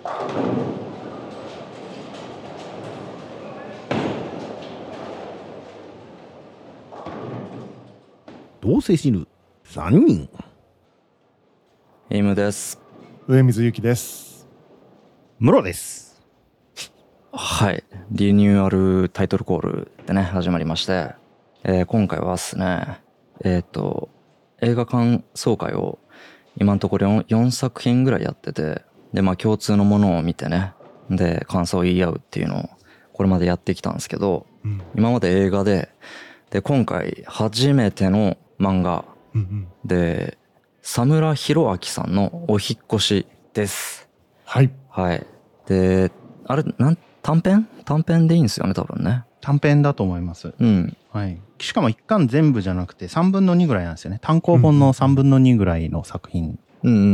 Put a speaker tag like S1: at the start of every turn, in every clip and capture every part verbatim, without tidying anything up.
S1: どうせ死ぬさんにん。
S2: エイムです。
S3: 上水ゆきです。
S1: 室です。
S2: はい、リニューアルタイトルコールでね始まりまして、えー、今回はですねえっ、ー、と映画鑑賞会を今のところよんさく品ぐらいやってて、でまあ共通のものを見てね、で感想を言い合うっていうのをこれまでやってきたんですけど、うん、今まで映画でで今回初めての漫画で、佐村弘明さんのお引っ越しです。
S3: はい
S2: はい。であれなん短編短編でいいんですよね多分ね。
S1: 短編だと思います。
S2: うん。
S1: はい。しかも一巻全部じゃなくてさんぶんのにぐらいなんですよね。単行本のさんぶんのにぐらいの作品。
S2: うんうんうんうん。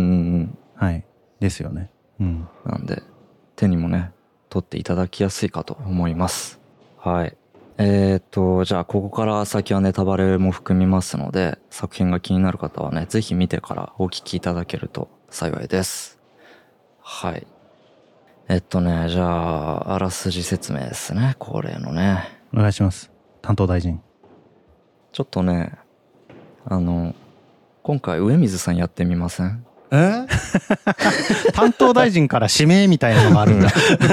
S1: はい。ですよね。うん。
S2: なんで手にもね取っていただきやすいかと思います。はい。えーとじゃあここから先はネタバレも含みますので、作品が気になる方はねぜひ見てからお聞きいただけると幸いです。はい。えっとねじゃああらすじ説明ですね、恒例のね。
S1: お願いします、担当大臣。
S2: ちょっとねあの今回上水さんやってみません？
S3: え
S1: 担当大臣から指名みたいなのがあるんだ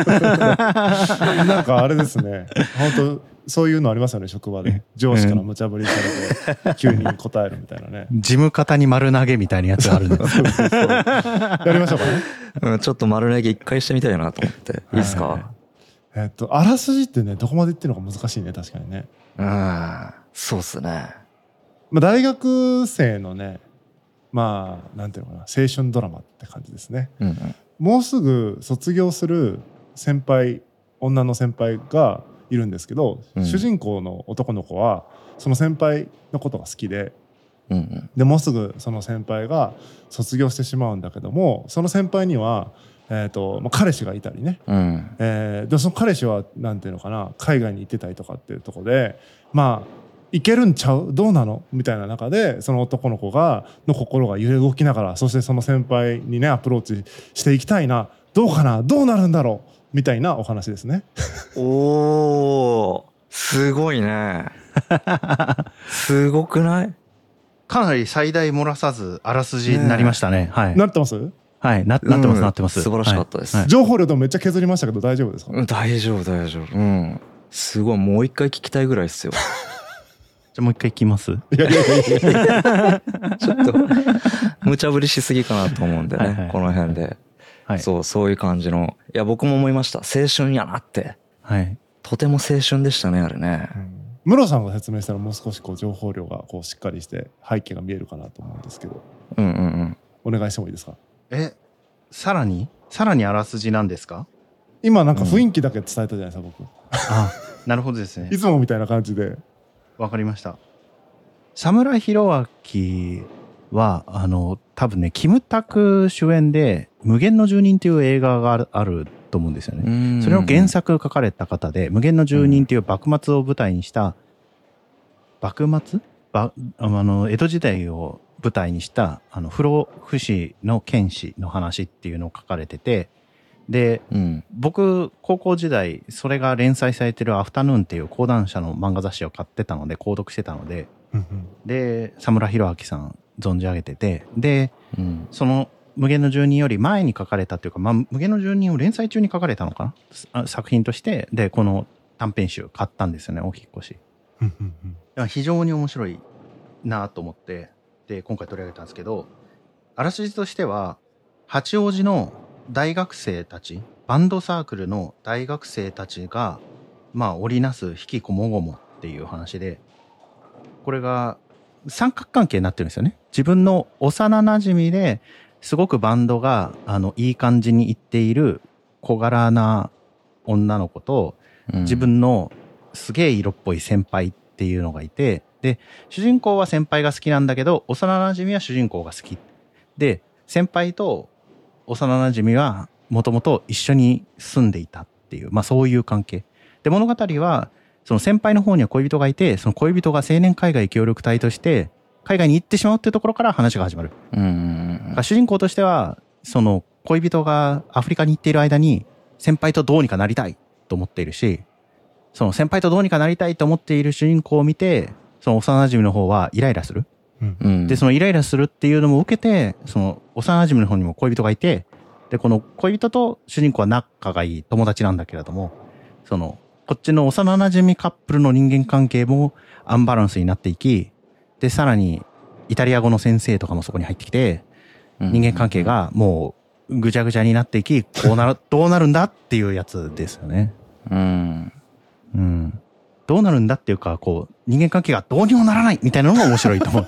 S3: なんかあれですね、本当そういうのありますよね、職場で上司から無茶ぶりされて急に答えるみたいなね。
S1: 事務方に丸投げみたいなやつがあるんです
S3: そうそうそう、やりましょうかね、
S2: うん、ちょっと丸投げ一回してみたいなと思っていいですか？はい、
S3: えっとあらすじってねどこまで言ってるのか難しいね、確かにね。
S2: うん、そうっすね。
S3: まあ大学生のね、まあなんていうのかな、青春ドラマって感じですね、うんうん、もうすぐ卒業する先輩女の先輩がいるんですけど、うん、主人公の男の子はその先輩のことが好きで、うんうん、でもうすぐその先輩が卒業してしまうんだけども、その先輩には、えーとまあ、彼氏がいたりね、うんえー、でその彼氏はなんていうのかな、海外に行ってたりとかっていうところで、まあいけるんちゃうどうなのみたいな中で、その男の子がの心が揺れ動きながら、そしてその先輩にねアプローチしていきたいな、どうかな、どうなるんだろうみたいなお話ですね。
S2: おー、すごいね。すごくない？
S1: かなり最大漏らさずあらすじになりましたね。はい。
S3: なってます？
S1: はい、な, なってます、うん、なってます。
S2: 素晴らしかったです。
S1: はいはい、
S3: 情報量でもめっちゃ削りましたけど大丈夫ですか？
S2: うん、大丈夫大丈夫。うん。すごい、もう一回聞きたいぐらいですよ。
S1: じゃあもう一回聞きます？い
S3: やいやいやいや
S2: ちょっと無茶ぶりしすぎかなと思うんでね、はいはい、この辺で、はい、そうそういう感じの、いや僕も思いました。青春やなって、はい、とても青春でしたねあれね。
S3: ムロさんが説明したらもう少しこう情報量がこうしっかりして背景が見えるかなと思うんですけど、
S2: うんうんうん、
S3: お願いしてもいいですか？
S1: え、さらにさらにあらすじなんですか？
S3: 今なんか雰囲気だけ伝えたじゃないですか、うん、僕。
S1: あ、なるほどですね。
S3: いつもみたいな感じで。
S1: わかりました。佐村弘明はあの多分ねキムタク主演で無限の住人っていう映画があ る, あると思うんですよね。それの原作書かれた方で、無限の住人っていう幕末を舞台にした、幕末ばあの江戸時代を舞台にしたあの不老不死の剣士の話っていうのを書かれてて、で、うん、僕高校時代それが連載されてるアフタヌーンっていう講談社の漫画雑誌を買ってたので購読してたので、うんうん、で佐村弘明さん存じ上げてて、で、うん、その無限の住人より前に書かれたというか、まあ、無限の住人を連載中に書かれたのかな、作品として。でこの短編集買ったんですよね、お引っ越し。だから非常に面白いなと思って、で今回取り上げたんですけど、あらすじとしては八王子の大学生たち、バンドサークルの大学生たちがまあ織りなす引きこもごもっていう話で、これが三角関係になってるんですよね。自分の幼馴染ですごくバンドがあのいい感じにいっている小柄な女の子と、うん、自分のすげえ色っぽい先輩っていうのがいて、で主人公は先輩が好きなんだけど幼馴染は主人公が好きで、先輩と幼馴染はもともと一緒に住んでいたっていう、まあそういう関係で、物語はその先輩の方には恋人がいて、その恋人が青年海外協力隊として海外に行ってしまうっていうところから話が始まる。うんうんうん、主人公としてはその恋人がアフリカに行っている間に先輩とどうにかなりたいと思っているし、その先輩とどうにかなりたいと思っている主人公を見て、その幼馴染の方はイライラする。うん、で、そのイライラするっていうのも受けて、その幼馴染の方にも恋人がいて、で、この恋人と主人公は仲がいい友達なんだけれども、その、こっちの幼馴染カップルの人間関係もアンバランスになっていき、で、さらにイタリア語の先生とかもそこに入ってきて、人間関係がもうぐちゃぐちゃになっていき、こうなる、どうなるんだっていうやつですよね。うん。うん。どうなるんだっていうか、こう、人間関係がどうにもならないみたいなのが面白いと思う。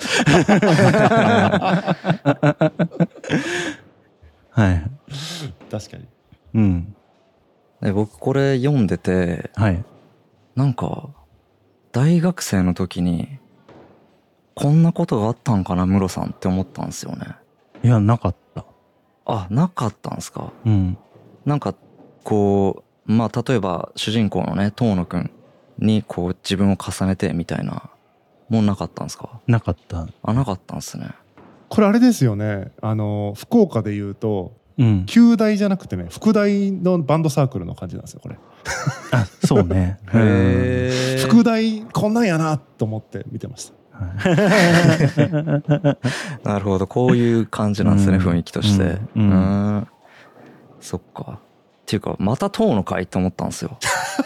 S1: はい。
S3: 確かに。
S1: うん。
S2: 僕これ読んでて、はい。なんか、大学生の時に、こんなことがあったんかな、ムロさんって思ったんですよね。
S1: いや、なかった。
S2: あ、なかったんですか。
S1: うん。
S2: なんか、こう、まあ、例えば主人公のね、遠野くんにこう自分を重ねてみたいな、もうなかったんですか。
S1: なかった。
S2: あ、なかったんですね。
S3: これあれですよね。あの、福岡で言うと、うん、旧大じゃなくてね、副大のバンドサークルの感じなんですよ、これ。
S1: あ、そうね。
S3: へー。副大こんなんやなと思って見てました。
S2: なるほど、こういう感じなんですね、うん、雰囲気として。うん、うん、そっか。っていうか、また遠野かいと思ったんですよ。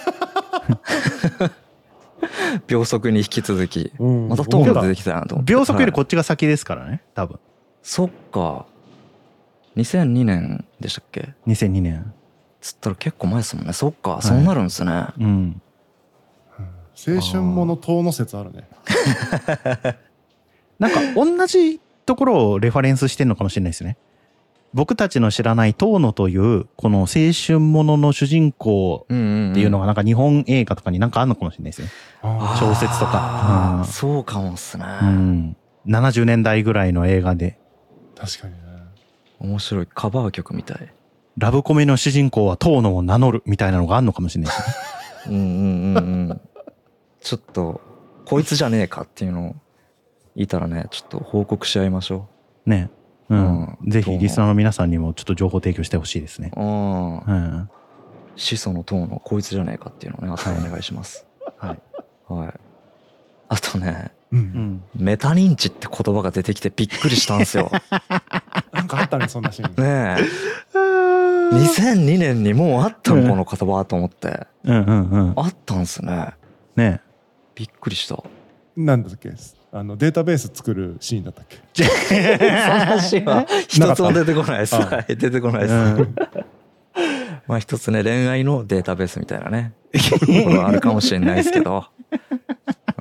S2: 秒速に引き続き、うん、また遠野出てきたなと思って。
S1: 秒速よりこっちが先ですからね、はい、多分。
S2: そっか。にせんにねんでしたっけ。
S1: にせんにねん
S2: つったら結構前ですもんね。そっか、はい、そうなるんですね。うん。
S3: 青春もの遠野説あるね。
S1: なんか同じところをレファレンスしてんのかもしれないですね。僕たちの知らない遠野というこの青春ものの主人公っていうのがなんか日本映画とかになんかあるのかもしれないですね。小説とか、
S2: うん、そうかもっすね、
S1: うん、ななじゅうねんだいぐらいの映画で。
S3: 確かにね。
S2: 面白いカバー曲みたい。
S1: ラブコメの主人公は遠野を名乗るみたいなのがあるのかもしれないですね。うんうん
S2: うんうん。ちょっとこいつじゃねえかっていうのをいたらね、ちょっと報告し合いましょ
S1: うね。うん、ぜひリスナーの皆さんにもちょっと情報提供してほしいですね。うん。
S2: 始祖の塔のこいつじゃねえかっていうのをね、あとお願いします。はい。はい。あとね、うん、メタ認知って言葉が出てきてびっくりしたんですよ。
S3: なんかあったね、そんなシーン。
S2: ねえ。にせんにねんにもうあったの、この言葉と思って。うんうんうん。あったんすね。
S1: ねえ。
S2: びっくりした。
S3: なんだっけ、あのデータベース作るシーンだったっけ。
S2: その話は一つも出てこないです。はい、出てこないです。うん、まあ一つね、恋愛のデータベースみたいなね、これはあるかもしれないですけど。うん。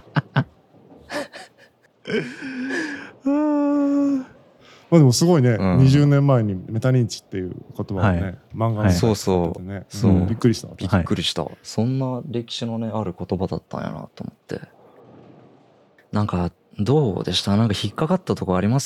S3: まあでもすごいね、うん、にじゅうねんまえにメタ認知っていう言葉をね、はい、漫画で、ね、
S2: そうそう、
S3: そう、うん、びっくりした。
S2: びっくりした、はい。そんな歴史のねある言葉だったんやなと思って。なんかどうでした？なんか引っかかったとこあります？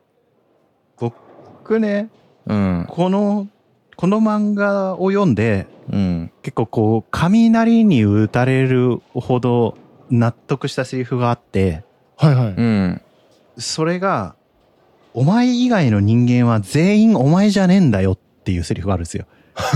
S1: 僕ね、うん、このこの漫画を読んで、うん、結構こう雷に打たれるほど納得したセリフがあって、
S3: はいはい、う
S1: ん、それがお前以外の人間は全員お前じゃねえんだよっていうセリフがあるんですよ。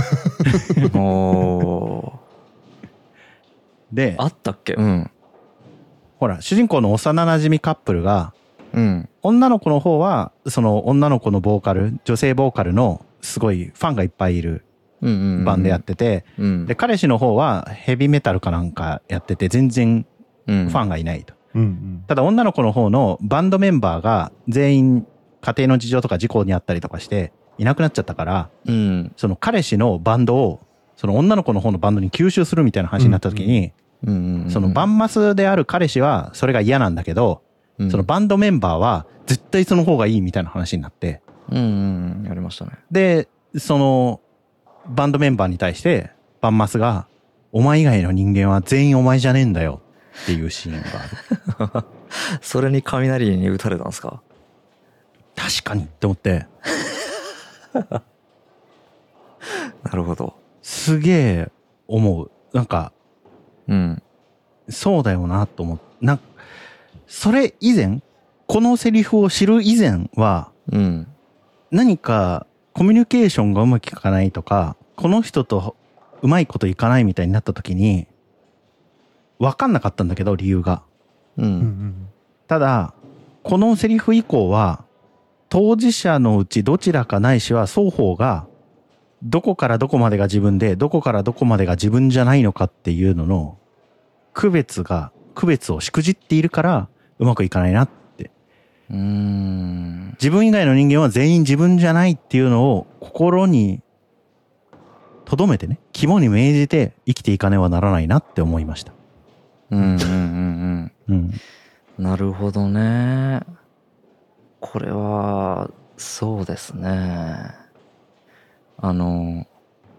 S1: おで、
S2: あったっけ？うん。
S1: ほら、主人公の幼馴染カップルが、うん、女の子の方は、その女の子のボーカル、女性ボーカルのすごいファンがいっぱいいるバンドやってて、で、彼氏の方はヘビーメタルかなんかやってて全然ファンがいないと。うんうん、ただ女の子の方のバンドメンバーが全員家庭の事情とか事故にあったりとかしていなくなっちゃったから、うん、その彼氏のバンドをその女の子の方のバンドに吸収するみたいな話になった時に、そのバンマスである彼氏はそれが嫌なんだけど、うん、そのバンドメンバーは絶対その方がいいみたいな話になって、
S2: うんうん、やりましたね。
S1: で、そのバンドメンバーに対してバンマスがお前以外の人間は全員お前じゃねえんだよっていうシーンがある。
S2: それに雷に打たれたんですか？
S1: 確かにって思って。
S2: なるほど。
S1: すげえ思う。なんか、うん。そうだよなと思う。なんか、それ以前、このセリフを知る以前は、うん、何かコミュニケーションがうまくいかないとか、この人とうまいこといかないみたいになった時に分かんなかったんだけど、理由が、
S2: うんうん、
S1: ただこのセリフ以降は当事者のうちどちらかないしは双方がどこからどこまでが自分でどこからどこまでが自分じゃないのかっていうのの区別が区別をしくじっているからうまくいかないなって。
S2: うーん、
S1: 自分以外の人間は全員自分じゃないっていうのを心に留めてね、肝に銘じて生きていかねばならないなって思いました。
S2: うんうんうんうんうん、なるほどね。これはそうですね、あの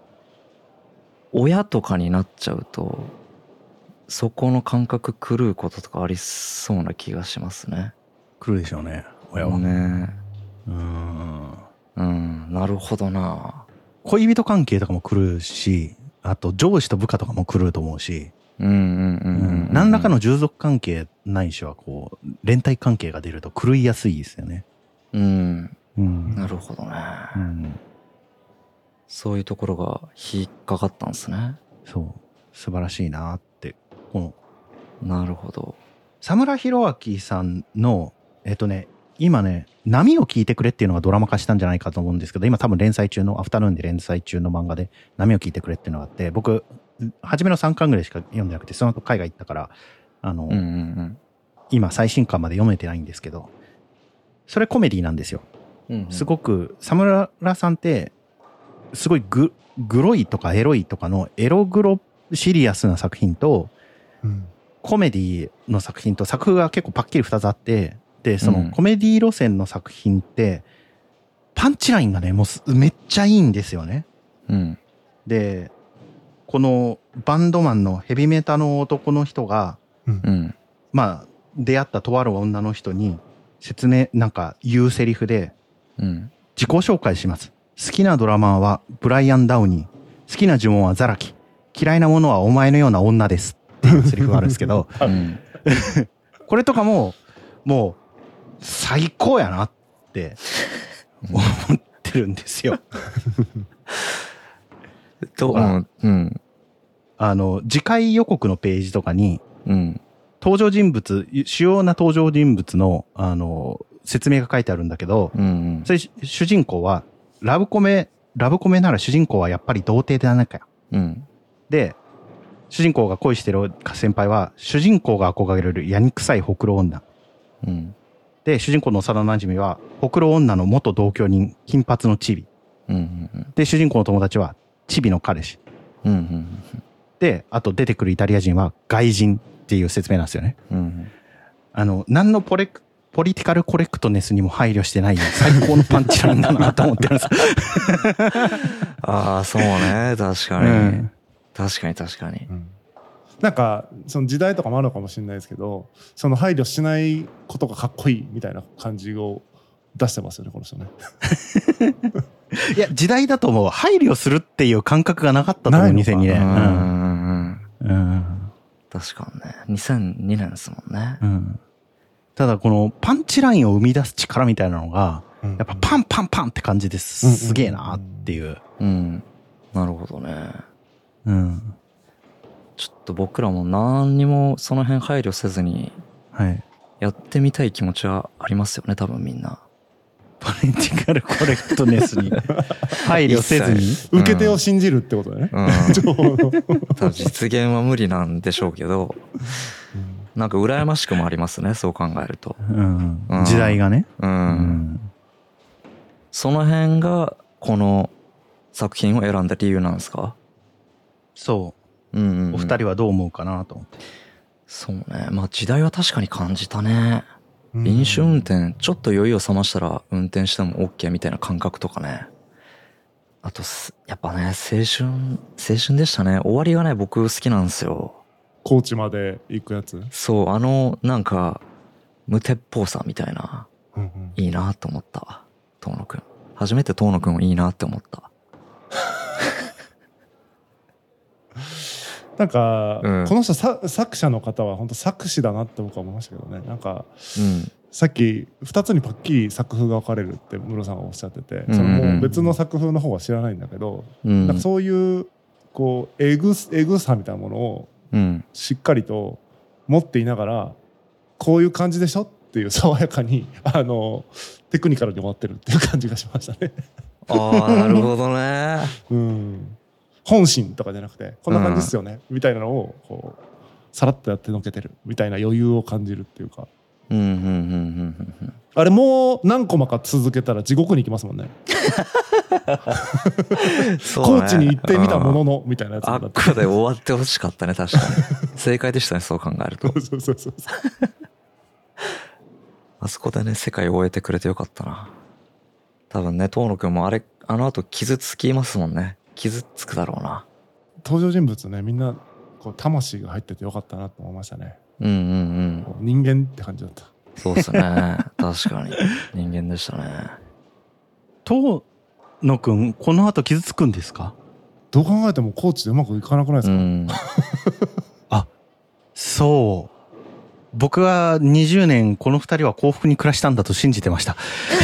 S2: 親とかになっちゃうとそこの感覚狂うこととかありそうな気がしますね。
S1: 狂うでしょうね、親は
S2: ね。
S1: うーん、
S2: うん、なるほどな。
S1: 恋人関係とかも狂うし、あと上司と部下とかも狂うと思うし、
S2: うんうんうん、うん、
S1: 何らかの従属関係ないしはこう連帯関係が出ると狂いやすいですよね。
S2: うん、
S1: うん、
S2: なるほどね、
S1: うん、
S2: そういうところが引っかかったんですね。
S1: そう素晴らしいなって。こ
S2: のなるほど。
S1: 佐村弘明さんのえっとね今ね波を聞いてくれっていうのがドラマ化したんじゃないかと思うんですけど、今多分連載中のアフタヌーンで連載中の漫画で波を聞いてくれっていうのがあって、僕初めのさんかんぐらいしか読んでなくて、その後海外行ったからあの、
S2: うんうんうん、
S1: 今最新刊まで読めてないんですけど、それコメディなんですよ、うんうん、すごく佐村さんってすごいググロいとかエロいとかのエログロシリアスな作品と、うん、コメディの作品と作風が結構パッキリふたつあって、でそのコメディ路線の作品ってパンチラインがねもうめっちゃいいんですよね、うん、でこのバンドマンのヘビメタの男の人が、うん、まあ出会ったとある女の人に説明なんか言うセリフで、うん、自己紹介します。好きなドラマーはブライアン・ダウニー、好きな呪文はザラキ、嫌いなものはお前のような女ですっていうセリフがあるんですけど、うん、これとかももう最高やなって思ってるんですよ。とか、うん、あの次回予告のページとかに、うん、登場人物主要な登場人物のあの説明が書いてあるんだけど、うんうん、それ主人公はラブコメラブコメなら主人公はやっぱり童貞ではないかよ、うん、で主人公が恋してる先輩は主人公が憧れるやにくさいほくろ女、うん、で主人公の幼馴染はほくろ女の元同居人金髪のチビ、うんうんうん、で主人公の友達はチビの彼氏、うんうんうん、であと出てくるイタリア人は外人っていう説明なんですよね、うんうん、あの何のポレポリティカルコレクトネスにも配慮してない最高のパンチラインだなと思ってるんです
S2: ああそうね、確かに、うん、確かに確かに、うん、
S3: なんかその時代とかもあるのかもしれないですけど、その配慮しないことがかっこいいみたいな感じを出してますよねこの人ね
S1: いや時代だと思う。配慮するっていう感覚がなかったと思う。にせんにねん、うんうん
S2: うん、確かにねにせんにねんですもんね、うん、
S1: ただこのパンチラインを生み出す力みたいなのがやっぱパンパンパンって感じです、うん、すげえなっていう、うん、
S2: なるほどね、うん、ちょっと僕らも何にもその辺配慮せずにやってみたい気持ちはありますよね多分みんな。
S1: ポリティカルコレクトネスに配慮せずに
S3: 受け手を信じるってことだね、うん、
S2: 多分実現は無理なんでしょうけど、うん、なんか羨ましくもありますねそう考えると、
S1: うんうん、時代がね、うんうん、
S2: その辺がこの作品を選んだ理由なんですか？
S1: そう、うんうんうん、お二人はどう思うかなと思って。
S2: そうね、まあ時代は確かに感じたね。飲酒運転ちょっと酔いを覚ましたら運転しても OK みたいな感覚とかね。あとやっぱね青春青春でしたね。終わりがね僕好きなんですよ。
S3: 高知まで行くやつ。
S2: そうあのなんか無鉄砲さみたいな、うんうん、いいなと思った。遠野くん初めて遠野くんもいいなって思った
S3: なんか、うん、この人作者の方は本当作詞だなって僕は思いましたけどね。なんか、うん、 さっきふたつにパッキリ作風が分かれるって室さんがおっしゃってて、そのもう別の作風の方は知らないんだけど、うん、なんかそういうこうえぐえぐさみたいなものをしっかりと持っていながら、こういう感じでしょっていう爽やかにあのテクニカルに終わってるっていう感じがしましたね。
S2: ああ、なるほどね。
S3: うん、本心とかじゃなくてこんな感じですよね、うん、みたいなのをこうさらっとやってのけてるみたいな余裕を感じるっていうか、うんうんうんうんうん、あれもう何コマか続けたら地獄に行きますもんね。そうね、高知に行ってみたもののみたいなやつになって、
S2: あっこで終わってほしかったね。確かに正解でしたね、そう考えると。
S3: そうそうそうそう
S2: あそこでね世界を終えてくれてよかったな。多分ね遠野くんもあれあの後傷つきますもんね。傷つくだろうな。
S3: 登場人物ねみんなこう魂が入っててよかったなと思いましたね。
S2: うんうんうん。
S3: 人間って感じだった。
S2: そうですね。確かに人間でしたね。
S1: 遠野くんこの後傷つくんですか？
S3: どう考えてもコーチでうまくいかなくないですか？うん、
S1: あ、そう。僕はにじゅうねんこのふたりは幸福に暮らしたんだと信じてました。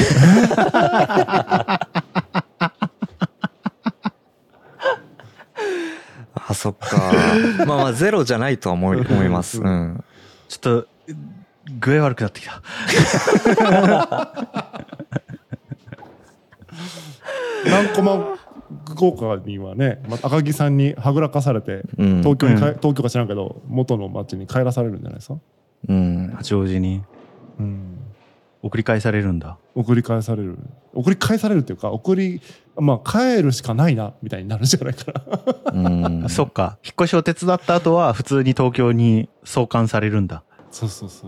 S2: あ、そっか。まあまあゼロじゃないとは思い、思います。うん。
S1: ちょっと具合悪くなってきた。
S3: 何コマ後かにはね、赤木さんにはぐらかされて、うん、東京に、うん、東京か知らんけど元の町に帰らされるんじゃないですか？
S1: うん、八王子に、うん、送り返されるんだ。
S3: 送り返される送り返されるっていうか送りまあ帰るしかないなみたいになるんじゃないかな。
S1: うんそっか、引っ越しを手伝った後は普通に東京に送還されるんだ。
S3: そうそうそう。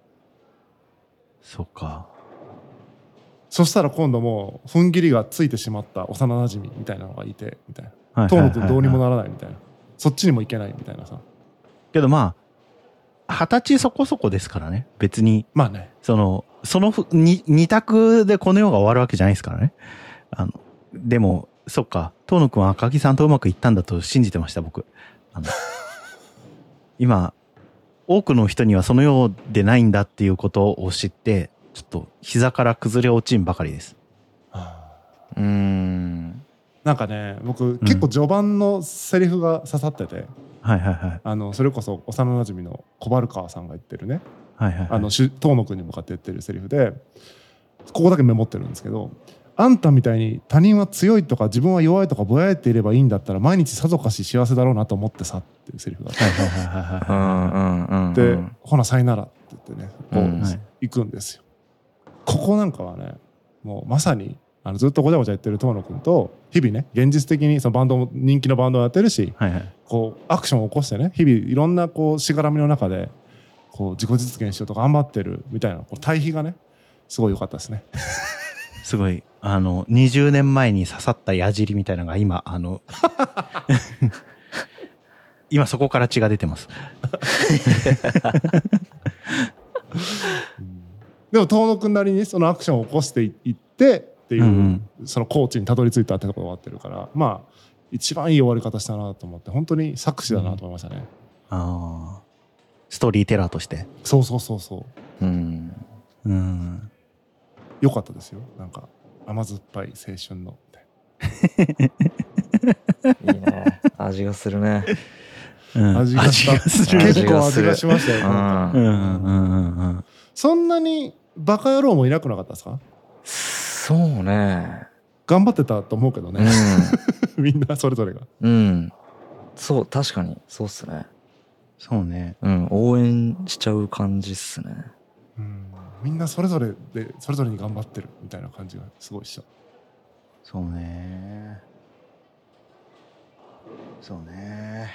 S1: そっか。
S3: そしたら今度もう踏ん切りがついてしまった幼馴染みたいなのがいてみたいな、遠野くんどうにもならないみたいな、そっちにも行けないみたいなさ。
S1: けどまあ二十歳そこそこですからね、別に。
S3: まあね。
S1: その、その二、二択でこの世が終わるわけじゃないですからね。あの、でも、そっか、遠野くんは赤木さんとうまくいったんだと信じてました、僕。あの今、多くの人にはその世でないんだっていうことを知って、ちょっと膝から崩れ落ちんばかりです。
S2: うーん。
S3: なんかね、僕、結構序盤のセリフが刺さってて、
S1: はいはいはい、
S3: あのそれこそ幼馴染の小原川さんが言ってるね、
S1: はいはいはい、
S3: あの遠野くんに向かって言ってるセリフで、ここだけメモってるんですけど、あんたみたいに他人は強いとか自分は弱いとかぼやいていればいいんだったら毎日さぞかし幸せだろうなと思ってさっていうセリフがあって、でほなさいならって言ってねこう、うんはい、行くんですよ。ここなんかはねもうまさにあのずっとごちゃごちゃ言ってる遠野くんと日々ね現実的にそのバンドも人気のバンドをやってるし、はいはい、こうアクションを起こしてね日々いろんなこうしがらみの中でこう自己実現しようと頑張ってるみたいなこう対比がねすごい良かったですね。
S1: すごいあのにじゅうねんまえに刺さった矢尻みたいなのが今あの今そこから血が出てます。
S3: でも遠野くんなりにそのアクションを起こしていってっていう、うんうん、そのコーチにたどり着いたってところが終わってるから、まあ一番いい終わり方したなと思って本当に作詞だなと思いましたね。
S1: うん、ああストーリーテラーとして。
S3: そうそうそうそう。
S1: うん。うん。
S3: よかったですよ。なんか甘酸っぱい青春の
S2: いいね。味がするね。
S3: うん、味がした。結構味がしましたよ。うんうんうんうん。そんなにバカ野郎もいなくなかったですか？
S2: そうね。
S3: 頑張ってたと思うけどね。うん、みんなそれぞれが。
S2: うん。そう確かにそうっすね。
S1: そうね。
S2: うん、応援しちゃう感じっすね。
S3: うん、みんなそれぞれでそれぞれに頑張ってるみたいな感じがすごいした。
S1: そうね。そうね。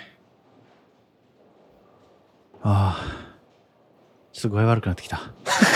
S1: ああ、すごい悪くなってきた。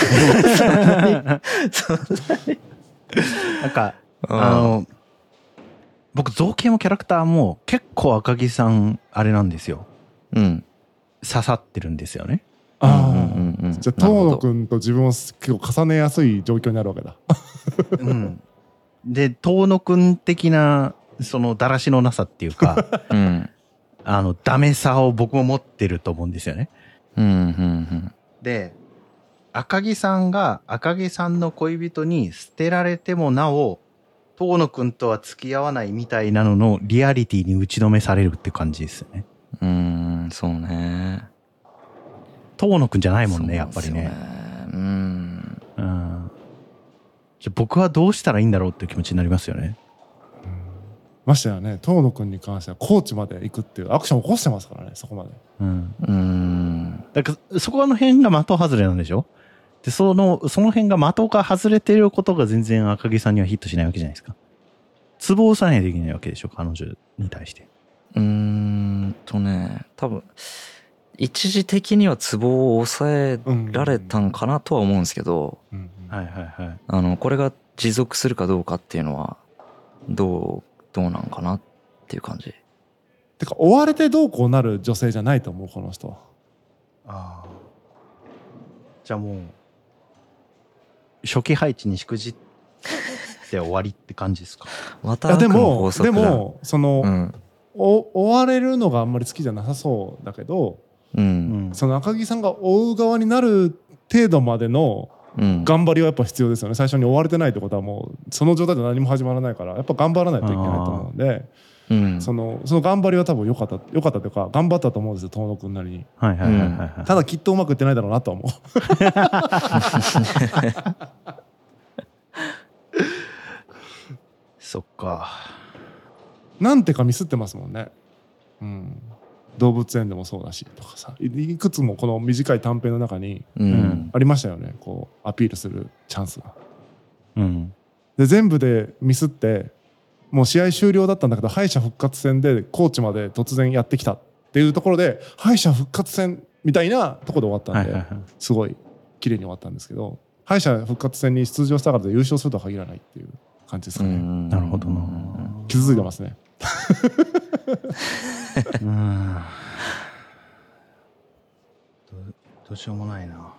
S1: なんかあの僕造形もキャラクターも結構赤木さんあれなんですよ。うん。刺さってるんですよね。
S3: ああ、うんうんうん、じゃあ遠野くんと自分を結構重ねやすい状況になるわけだ。
S1: うん、で遠野くん的なそのだらしのなさっていうか、うん、あのダメさを僕も持ってると思うんですよね。うんうんうん、で赤木さんが赤木さんの恋人に捨てられてもなお遠野くんとは付き合わないみたいなののリアリティに打ちのめされるって感じですよね。
S2: うーん、そうね。
S1: 遠野くんじゃないもんね、やっぱりね。
S2: うん。
S1: うん。じゃ僕はどうしたらいいんだろうっていう気持ちになりますよね。
S3: うん、ましてやね、遠野くんに関してはコーチまで行くっていうアクションを起こしてますからね、そこまで。
S1: うん。
S2: うん。
S1: だからそこの辺が的外れなんでしょ。で、その、その辺が的が外れてることが全然赤木さんにはヒットしないわけじゃないですか。ツボを押さないといけないわけでしょ、彼女に対して。
S2: うーんとね、多分、一時的にはツボを抑えられたんかなとは思うんですけど、
S3: うんうん、
S1: はいはいはい。
S2: あの、これが持続するかどうかっていうのは、どう、どうなんかなっていう感じ。
S3: てか、追われてどうこうなる女性じゃないと思う、この人は。
S1: ああ。じゃあもう、初期配置にしくじって終わりって感じですか。
S2: また悪の法則だ。
S3: でも、でも、その、
S2: うん、
S3: お追われるのがあんまり好きじゃなさそうだけど、
S2: うん、
S3: その赤木さんが追う側になる程度までの頑張りはやっぱ必要ですよね。最初に追われてないってことはもうその状態で何も始まらないから、やっぱ頑張らないといけないと思うんで、うん、そのその頑張りは多分良かった良かったというか頑張ったと思うんですよ、遠野くんなりに。はいはいはいはい。ただきっとうまくいってないだろうなとは思う。
S1: そっか。
S3: なんてかミスってますもんね。うん。動物園でもそうだしとかさ、いくつもこの短い短編の中に、うん、ありましたよね、こうアピールするチャンスが。うん、で全部でミスってもう試合終了だったんだけど敗者復活戦でコーチまで突然やってきたっていうところで敗者復活戦みたいなところで終わったんで、はいはいはい、すごい綺麗に終わったんですけど、敗者復活戦に出場したからで優勝するとは限らないっていう感じですかね。
S1: なるほどな。
S3: 傷ついてますね。
S1: うんど, どうしようもないな。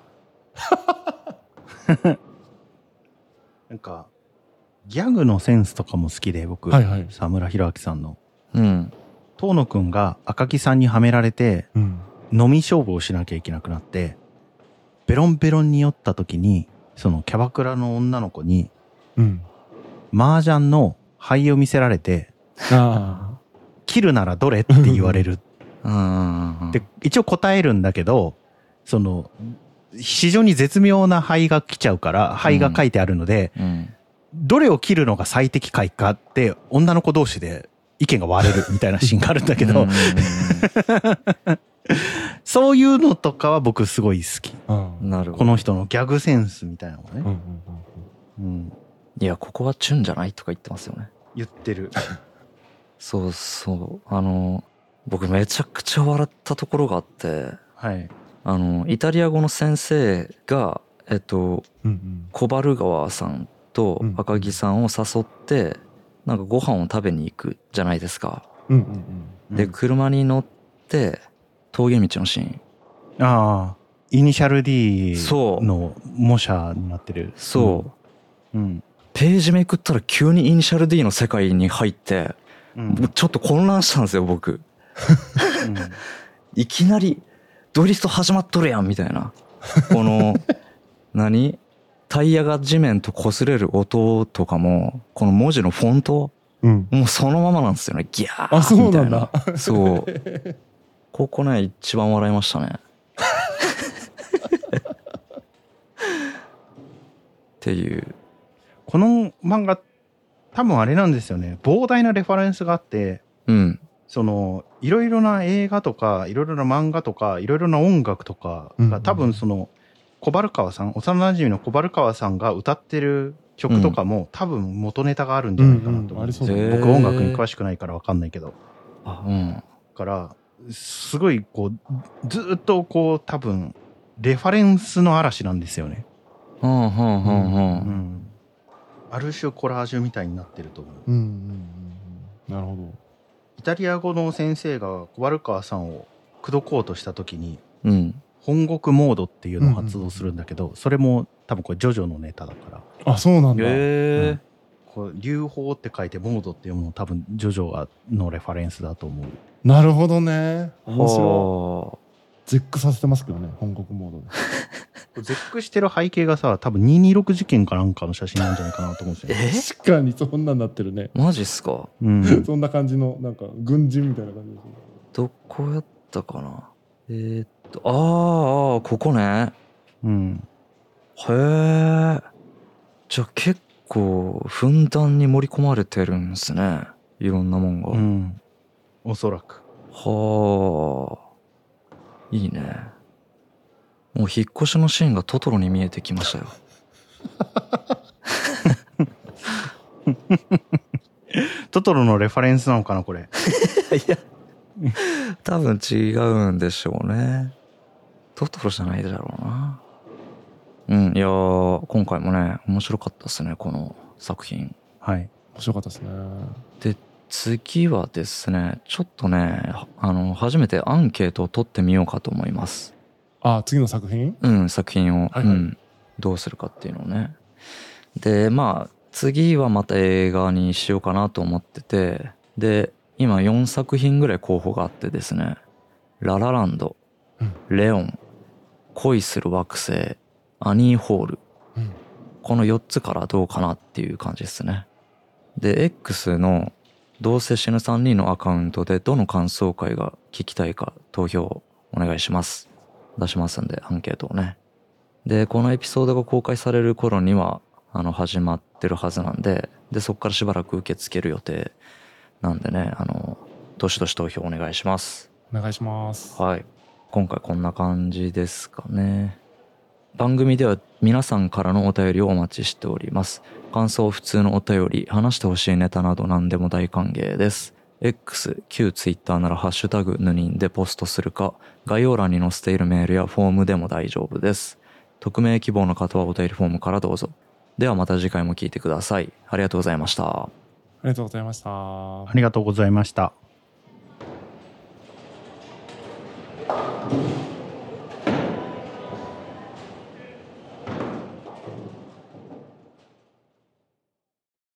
S1: なんかギャグのセンスとかも好きで僕、はいはい、沢村弘明さんの、うん、遠野くんが赤木さんにはめられて、うん、飲み勝負をしなきゃいけなくなってベロンベロンに酔った時にそのキャバクラの女の子に、うん、麻雀の牌を見せられて、あ切るならどれって言われる。で一応答えるんだけど、その非常に絶妙な牌が来ちゃうから牌が書いてあるので、うんうん、どれを切るのが最適解かって女の子同士で意見が割れるみたいなシーンがあるんだけどそういうのとかは僕すごい好き。なるほど。この人のギャグセンスみたいなのね、うん
S2: うん、いやここはチュンじゃないとか言ってますよね。
S1: 言ってる。そう
S2: そう、あの僕めちゃくちゃ笑ったところがあって、はい、あのイタリア語の先生がえっと、うんうん、小原川さんと赤木さんを誘ってなんかご飯を食べに行くじゃないですか、うんうんうん、で車に乗って峠道のシーン、
S1: ああイニシャル D の模写になってる。
S2: そう、うん、ページめくったら急にイニシャル D の世界に入ってうん、ちょっと混乱したんですよ僕、うん、いきなりドリフト始まっとるやんみたいなこの何タイヤが地面と擦れる音とかもこの文字のフォント、うん、もうそのままなんですよね。ギャーみたいな。あ、そうなんだ。そうここね一番笑いましたねっていう。
S1: この漫画多分あれなんですよね。膨大なレファレンスがあって、うん、そのいろいろな映画とかいろいろな漫画とかいろいろな音楽とかが多分その小原川さん、幼馴染の小原川さんが歌ってる曲とかも、うん、多分元ネタがあるんじゃないかなと思うんですよ。僕音楽に詳しくないから分かんないけど。あ、うん。だからすごいこうずっとこう多分レファレンスの嵐なんですよね。うんうんうんうん。うんある種コラージュみたいになってると思う。うんうんうん、なるほど。イタリア語の先生が小原川さんを口説こうとした時に、うん、本国モードっていうのを発動するんだけど、うんうんうん、それも多分これジョジョのネタだから。
S3: あ、そうなんだ。
S1: へー、うん、こう流法って書いてモードっていうのも多分ジョジョのレファレンスだと思う。
S3: なるほどね。面白い。絶句させてますけどね、本国モードで。
S1: 絶句してる背景がさ、多分にひゃくにじゅうろく事件かなんかの写真なんじゃないかなと思うんですよね。
S3: 確かにそんなんなってるね。
S2: マジっすか。
S1: うん、
S3: そんな感じのなんか軍人みたいな感じですね。
S2: どこやったかな。えー、っとああここね。
S1: うん。
S2: へえ。じゃあ結構ふんだんに盛り込まれてるんですね。いろんなもんが。
S1: うん。おそらく。
S2: はあ。いいね。もう引っ越しのシーンがトトロに見えてきましたよ。
S1: トトロのレファレンスなのかなこれ。
S2: いや多分違うんでしょうね。トトロじゃないだろうな。うん、いやー今回もね面白かったですねこの作品。
S1: はい。
S3: 面白かったですね。
S2: で次はですねちょっとねあの初めてアンケートを取ってみようかと思います。
S3: あ、次の作品？
S2: うん作品を、
S3: はいはい、
S2: うん、どうするかっていうのをね。でまあ次はまた映画にしようかなと思ってて、で今よんさく品ぐらい候補があってですね、ララランド、うん、レオン、恋する惑星、アニーホール、うん、このよっつからどうかなっていう感じですね。で X のどうせ死ぬさんにんのアカウントでどの感想会が聞きたいか投票お願いします。出しますんでアンケートをね。でこのエピソードが公開される頃にはあの始まってるはずなんで、でそこからしばらく受け付ける予定なんでね、あのどしどし投票お願いします。
S3: お願いします。
S2: はい、今回こんな感じですかね。番組では皆さんからのお便りをお待ちしております。感想、普通のお便り、話してほしいネタなど何でも大歓迎です。X、旧 Twitter ならハッシュタグヌニンでポストするか、概要欄に載せているメールやフォームでも大丈夫です。匿名希望の方はお便りフォームからどうぞ。ではまた次回も聞いてください。ありがとうございました。
S3: ありがとうございました。
S1: ありがとうございました。